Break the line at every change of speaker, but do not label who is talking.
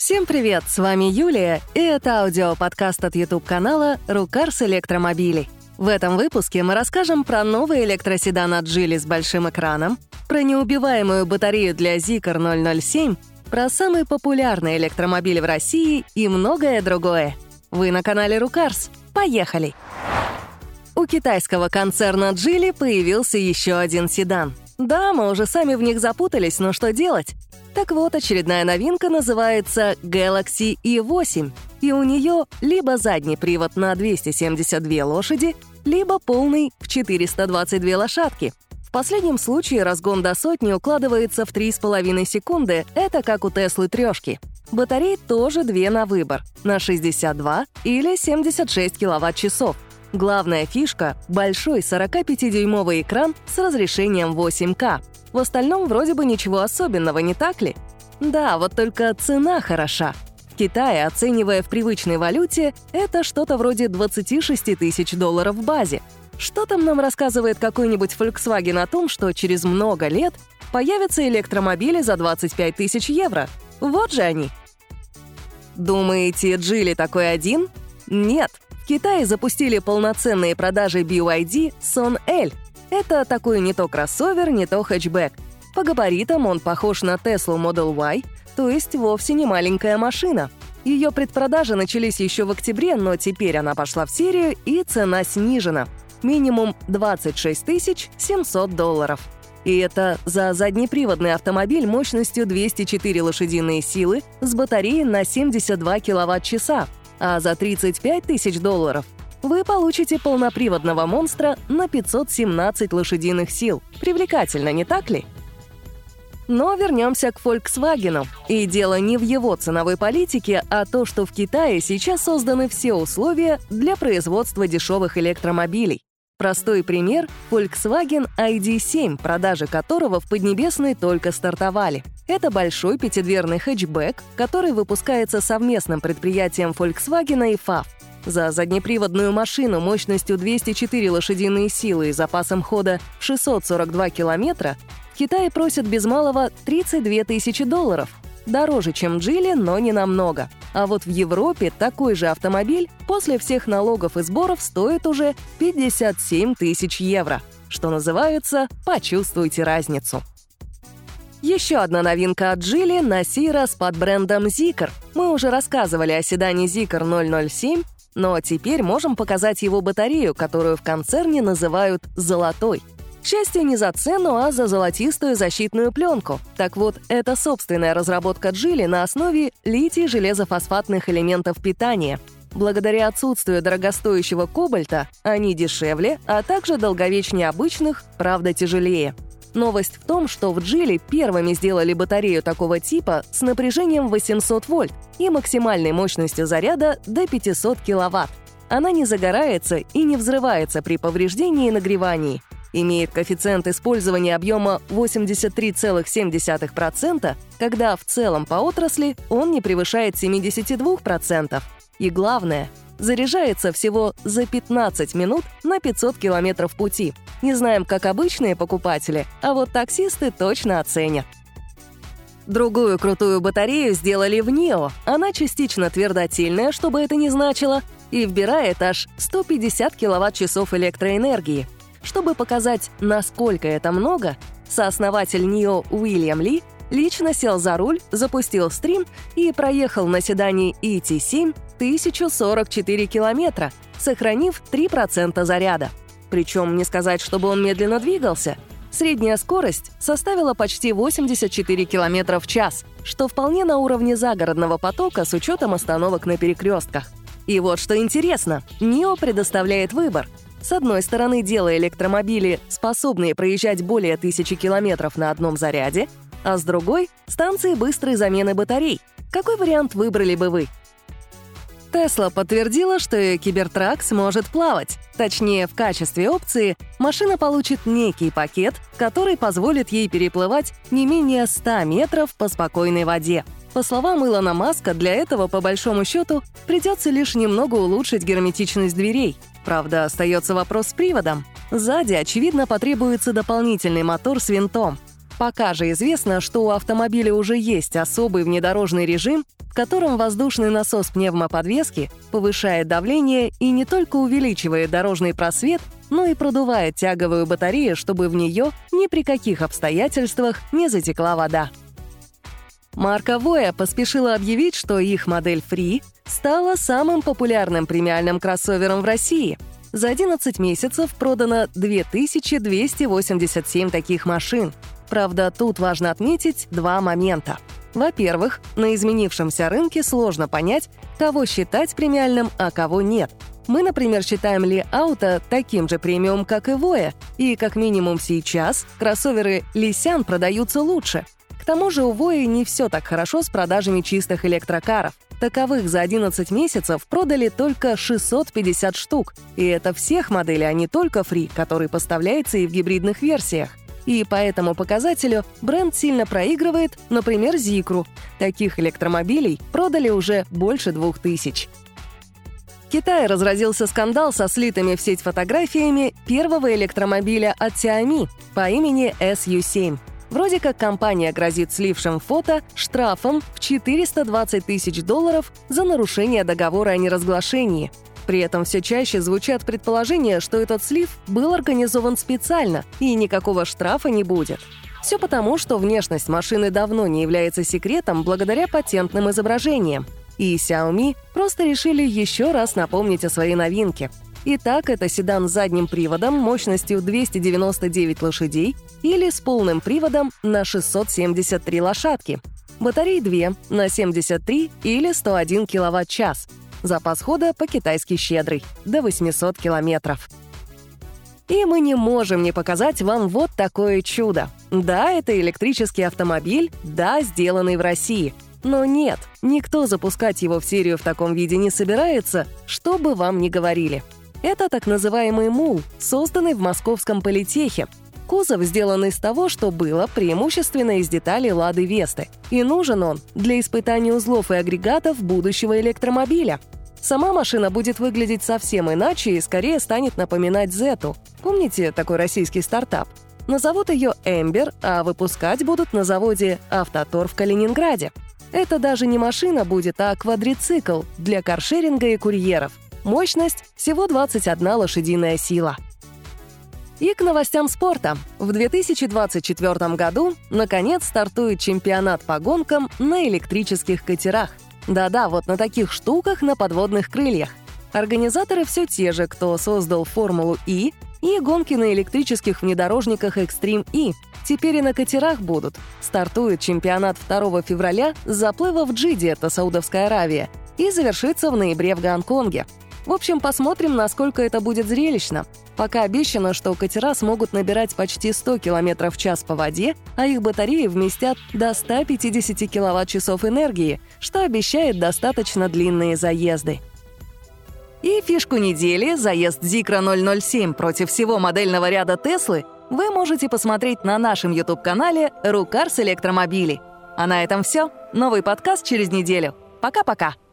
Всем привет, с вами Юлия, и это аудиоподкаст от YouTube-канала «Рукарс электромобилей». В этом выпуске мы расскажем про новый электроседан от Geely с большим экраном, про неубиваемую батарею для Zeekr 007, про самый популярный электромобиль в России и многое другое. Вы на канале Рукарс. Поехали! У китайского концерна Geely появился еще один седан. Да, мы уже сами в них запутались, но что делать? Так вот, очередная новинка называется Galaxy E8, и у нее либо задний привод на 272 лошади, либо полный в 422 лошадки. В последнем случае разгон до сотни укладывается в 3,5 секунды, это как у Теслы трешки. Батарей тоже две на выбор, на 62 или 76 киловатт-часов. Главная фишка — большой 45-дюймовый экран с разрешением 8К. В остальном вроде бы ничего особенного, не так ли? Да, вот только цена хороша. В Китае, оценивая в привычной валюте, это что-то вроде 26 тысяч долларов в базе. Что там нам рассказывает какой-нибудь Volkswagen о том, что через много лет появятся электромобили за 25 тысяч евро? Вот же они! Думаете, Geely такой один? Нет. В Китае запустили полноценные продажи BYD Son L. Это такой не то кроссовер, не то хэтчбэк. По габаритам он похож на Tesla Model Y, то есть вовсе не маленькая машина. Ее предпродажи начались еще в октябре, но теперь она пошла в серию, и цена снижена. Минимум 26 700 долларов. И это за заднеприводный автомобиль мощностью 204 лошадиные силы с батареей на 72 киловатт-часа. А за 35 тысяч долларов вы получите полноприводного монстра на 517 лошадиных сил. Привлекательно, не так ли? Но вернемся к Volkswagen. И дело не в его ценовой политике, а то, что в Китае сейчас созданы все условия для производства дешевых электромобилей. Простой пример — Volkswagen ID.7, продажи которого в Поднебесной только стартовали. Это большой пятидверный хэтчбэк, который выпускается совместным предприятием Volkswagen и FAW. За заднеприводную машину мощностью 204 лошадиные силы и запасом хода в 642 километра в Китае просят без малого 32 тысячи долларов. Дороже, чем Geely, но не намного. А вот в Европе такой же автомобиль после всех налогов и сборов стоит уже 57 тысяч евро. Что называется, почувствуйте разницу. Еще одна новинка от Geely, на сей раз под брендом Zeekr. Мы уже рассказывали о седане Zeekr 007, но теперь можем показать его батарею, которую в концерне называют «золотой». К счастью, не за цену, а за золотистую защитную пленку. Так вот, это собственная разработка Geely на основе литий-железофосфатных элементов питания. Благодаря отсутствию дорогостоящего кобальта они дешевле, а также долговечнее обычных, правда тяжелее. Новость в том, что в Geely первыми сделали батарею такого типа с напряжением 800 вольт и максимальной мощностью заряда до 500 киловатт. Она не загорается и не взрывается при повреждении и нагревании. Имеет коэффициент использования объема 83,7%, когда в целом по отрасли он не превышает 72%. И главное, заряжается всего за 15 минут на 500 километров пути. Не знаем, как обычные покупатели, а вот таксисты точно оценят. Другую крутую батарею сделали в NIO. Она частично твердотельная, что бы это ни значило, и вбирает аж 150 киловатт-часов электроэнергии. Чтобы показать, насколько это много, сооснователь NIO Уильям Ли лично сел за руль, запустил стрим и проехал на седане ET7 1044 километра, сохранив 3% заряда. Причем не сказать, чтобы он медленно двигался. Средняя скорость составила почти 84 километра в час, что вполне на уровне загородного потока с учетом остановок на перекрестках. И вот что интересно, NIO предоставляет выбор. С одной стороны, делая электромобили, способные проезжать более 1000 километров на одном заряде, а с другой — станции быстрой замены батарей. Какой вариант выбрали бы вы? Tesla подтвердила, что ее Cybertruck сможет плавать. Точнее, в качестве опции машина получит некий пакет, который позволит ей переплывать не менее 100 метров по спокойной воде. По словам Илона Маска, для этого, по большому счету, придется лишь немного улучшить герметичность дверей. Правда, остается вопрос с приводом. Сзади, очевидно, потребуется дополнительный мотор с винтом. Пока же известно, что у автомобиля уже есть особый внедорожный режим, в котором воздушный насос пневмоподвески повышает давление и не только увеличивает дорожный просвет, но и продувает тяговую батарею, чтобы в нее ни при каких обстоятельствах не затекла вода. Марка Voya поспешила объявить, что их модель Free стала самым популярным премиальным кроссовером в России. За 11 месяцев продано 2287 таких машин. Правда, тут важно отметить два момента. Во-первых, на изменившемся рынке сложно понять, кого считать премиальным, а кого нет. Мы, например, считаем Ли Ауто таким же премиум, как и Voya, и как минимум сейчас кроссоверы Лисян продаются лучше. К тому же у Voya не все так хорошо с продажами чистых электрокаров. Таковых за 11 месяцев продали только 650 штук. И это всех моделей, а не только Free, который поставляется и в гибридных версиях. И по этому показателю бренд сильно проигрывает, например, Зикру. Таких электромобилей продали уже больше 2000. В Китае разразился скандал со слитыми в сеть фотографиями первого электромобиля от Xiaomi по имени SU7. Вроде как компания грозит слившим фото штрафом в $420 тысяч за нарушение договора о неразглашении. При этом все чаще звучат предположения, что этот слив был организован специально и никакого штрафа не будет. Все потому, что внешность машины давно не является секретом благодаря патентным изображениям. И Xiaomi просто решили еще раз напомнить о своей новинке. Итак, это седан с задним приводом мощностью 299 лошадей или с полным приводом на 673 лошадки. Батареи 2 на 73 или 101 киловатт-час. Запас хода по-китайски щедрый – до 800 километров. И мы не можем не показать вам вот такое чудо. Да, это электрический автомобиль, да, сделанный в России. Но нет, никто запускать его в серию в таком виде не собирается, что бы вам ни говорили. Это так называемый мул, созданный в московском политехе. Кузов сделан из того, что было преимущественно из деталей «Лады Весты». И нужен он для испытания узлов и агрегатов будущего электромобиля. Сама машина будет выглядеть совсем иначе и скорее станет напоминать Зету. Помните такой российский стартап? Назовут ее Эмбер, а выпускать будут на заводе «Автотор» в Калининграде. Это даже не машина будет, а квадрицикл для каршеринга и курьеров. Мощность – всего 21 лошадиная сила. И к новостям спорта. В 2024 году, наконец, стартует чемпионат по гонкам на электрических катерах. Да-да, вот на таких штуках на подводных крыльях. Организаторы все те же, кто создал Формулу И и гонки на электрических внедорожниках Extreme E. Теперь и на катерах будут. Стартует чемпионат 2 февраля с заплыва в Джидде, это Саудовская Аравия, и завершится в ноябре в Гонконге. В общем, посмотрим, насколько это будет зрелищно. Пока обещано, что катера смогут набирать почти 100 км в час по воде, а их батареи вместят до 150 киловатт-часов энергии, что обещает достаточно длинные заезды. И фишку недели, заезд Zikra 007 против всего модельного ряда Теслы, вы можете посмотреть на нашем YouTube-канале «Рукарс Электромобили». А на этом все. Новый подкаст через неделю. Пока-пока!